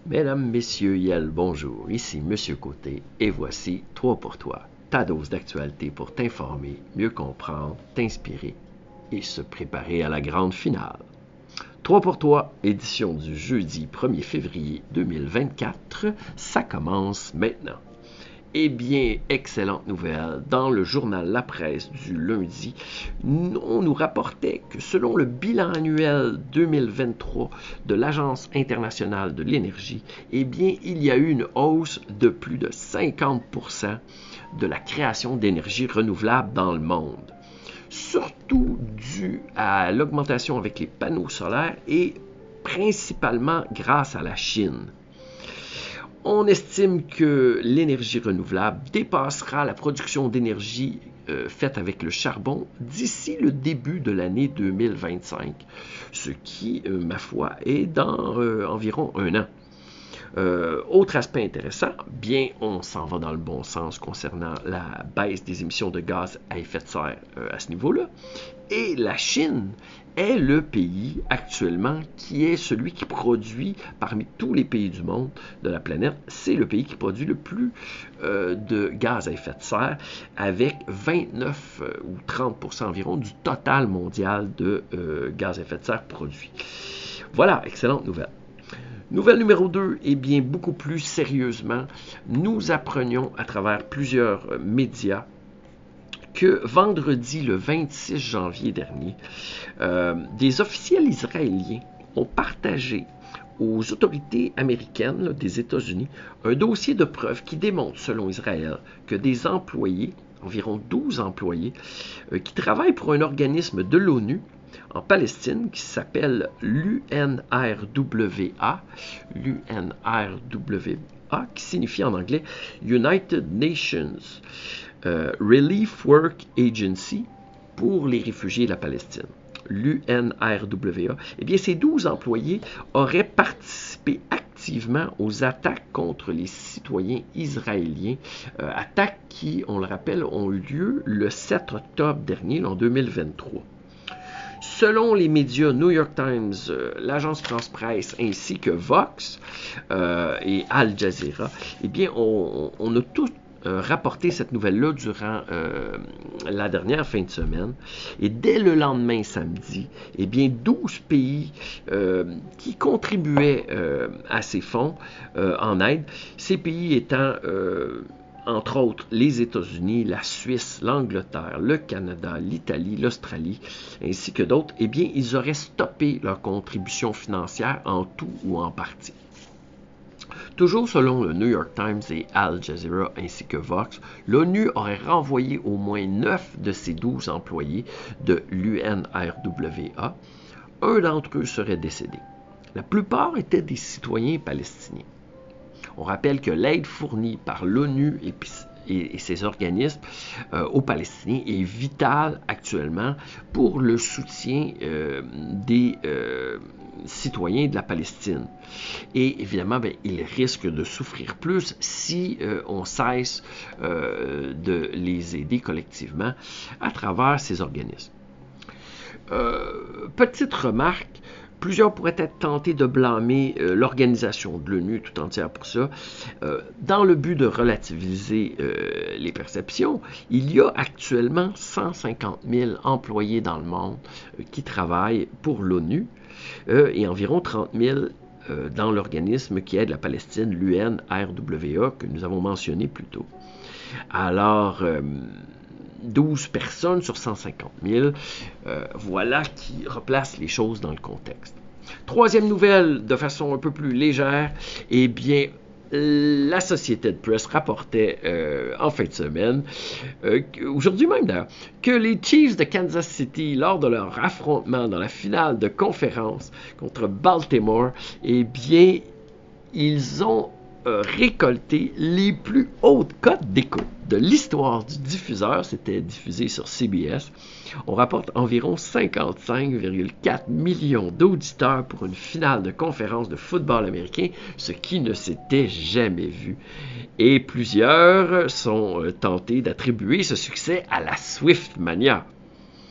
Mesdames, Messieurs, Yel, bonjour, ici Monsieur Côté et voici 3 pour toi, ta dose d'actualité pour t'informer, mieux comprendre, t'inspirer et se préparer à la grande finale. 3 pour toi, édition du jeudi 1er février 2024, ça commence maintenant. Eh bien, excellente nouvelle. Dans le journal La Presse du lundi, on nous rapportait que selon le bilan annuel 2023 de l'Agence internationale de l'énergie, eh bien, il y a eu une hausse de plus de 50% de la création d'énergie renouvelable dans le monde. Surtout dû à l'augmentation avec les panneaux solaires et principalement grâce à la Chine. On estime que l'énergie renouvelable dépassera la production d'énergie faite avec le charbon d'ici le début de l'année 2025, ce qui, ma foi, est dans environ un an. Autre aspect intéressant, bien on s'en va dans le bon sens concernant la baisse des émissions de gaz à effet de serre à ce niveau-là. Et la Chine est le pays actuellement qui est celui qui produit, parmi tous les pays du monde, de la planète, c'est le pays qui produit le plus de gaz à effet de serre, avec 29 ou 30% environ du total mondial de gaz à effet de serre produit. Voilà, excellente nouvelle. Nouvelle numéro 2, et bien beaucoup plus sérieusement, nous apprenions à travers plusieurs médias que vendredi, le 26 janvier dernier, des officiels israéliens ont partagé aux autorités américaines des États-Unis un dossier de preuve qui démontre, selon Israël, que des employés, environ 12 employés, qui travaillent pour un organisme de l'ONU en Palestine qui s'appelle l'UNRWA, qui signifie en anglais United Nations Relief Work Agency pour les réfugiés de la Palestine, l'UNRWA, eh bien ces 12 employés auraient participé activement aux attaques contre les citoyens israéliens, attaques qui, on le rappelle, ont eu lieu le 7 octobre dernier, en 2023. Selon les médias New York Times, l'agence France-Presse ainsi que Vox et Al Jazeera, eh bien on a tous rapporté cette nouvelle-là durant la dernière fin de semaine. Et dès le lendemain, samedi, eh bien 12 pays qui contribuaient à ces fonds en aide, ces pays étant entre autres les États-Unis, la Suisse, l'Angleterre, le Canada, l'Italie, l'Australie, ainsi que d'autres, eh bien, ils auraient stoppé leur contribution financière en tout ou en partie. Toujours selon le New York Times et Al Jazeera ainsi que Vox, l'ONU aurait renvoyé au moins 9 de ses 12 employés de l'UNRWA. Un d'entre eux serait décédé. La plupart étaient des citoyens palestiniens. On rappelle que l'aide fournie par l'ONU et ses organismes aux Palestiniens est vitale actuellement pour le soutien des citoyens de la Palestine. Et évidemment, ils risquent de souffrir plus si on cesse de les aider collectivement à travers ces organismes. Petite remarque, plusieurs pourraient être tentés de blâmer l'organisation de l'ONU tout entière pour ça. Dans le but de relativiser les perceptions, il y a actuellement 150 000 employés dans le monde qui travaillent pour l'ONU et environ 30 000 dans l'organisme qui aide la Palestine, l'UNRWA, que nous avons mentionné plus tôt. Alors, 12 personnes sur 150 000, voilà qui replace les choses dans le contexte. Troisième nouvelle, de façon un peu plus légère, eh bien, la Associated Press rapportait en fin de semaine, aujourd'hui même d'ailleurs, que les Chiefs de Kansas City, lors de leur affrontement dans la finale de conférence contre Baltimore, eh bien, ils ont récolté les plus hautes cotes d'écoute de l'histoire du diffuseur. C'était diffusé sur CBS. On rapporte environ 55,4 millions d'auditeurs pour une finale de conférence de football américain, ce qui ne s'était jamais vu. Et plusieurs sont tentés d'attribuer ce succès à la Swift Mania.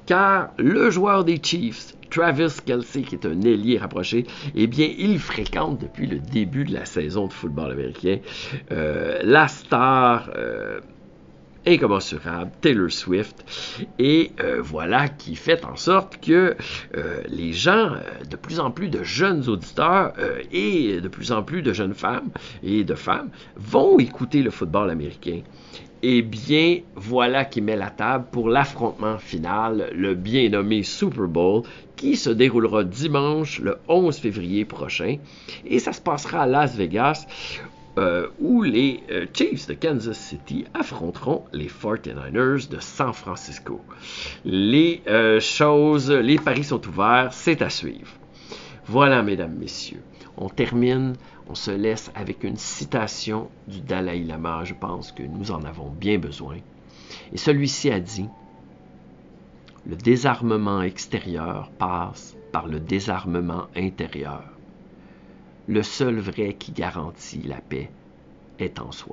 car le joueur des Chiefs, Travis Kelce, qui est un ailier rapproché, eh bien, il fréquente depuis le début de la saison de football américain la star incommensurable Taylor Swift, et voilà qui fait en sorte que les gens, de plus en plus de jeunes auditeurs et de plus en plus de jeunes femmes et de femmes vont écouter le football américain. Eh bien, voilà qui met la table pour l'affrontement final, le bien nommé Super Bowl, qui se déroulera dimanche, le 11 février prochain, et ça se passera à Las Vegas, où les Chiefs de Kansas City affronteront les 49ers de San Francisco. Les paris sont ouverts, c'est à suivre. Voilà, mesdames, messieurs, on termine, on se laisse avec une citation du Dalai Lama, je pense que nous en avons bien besoin. Et celui-ci a dit: « Le désarmement extérieur passe par le désarmement intérieur. Le seul vrai qui garantit la paix est en soi. »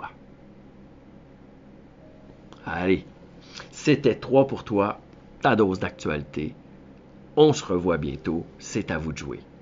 Allez, c'était 3 pour toi, ta dose d'actualité. On se revoit bientôt, c'est à vous de jouer.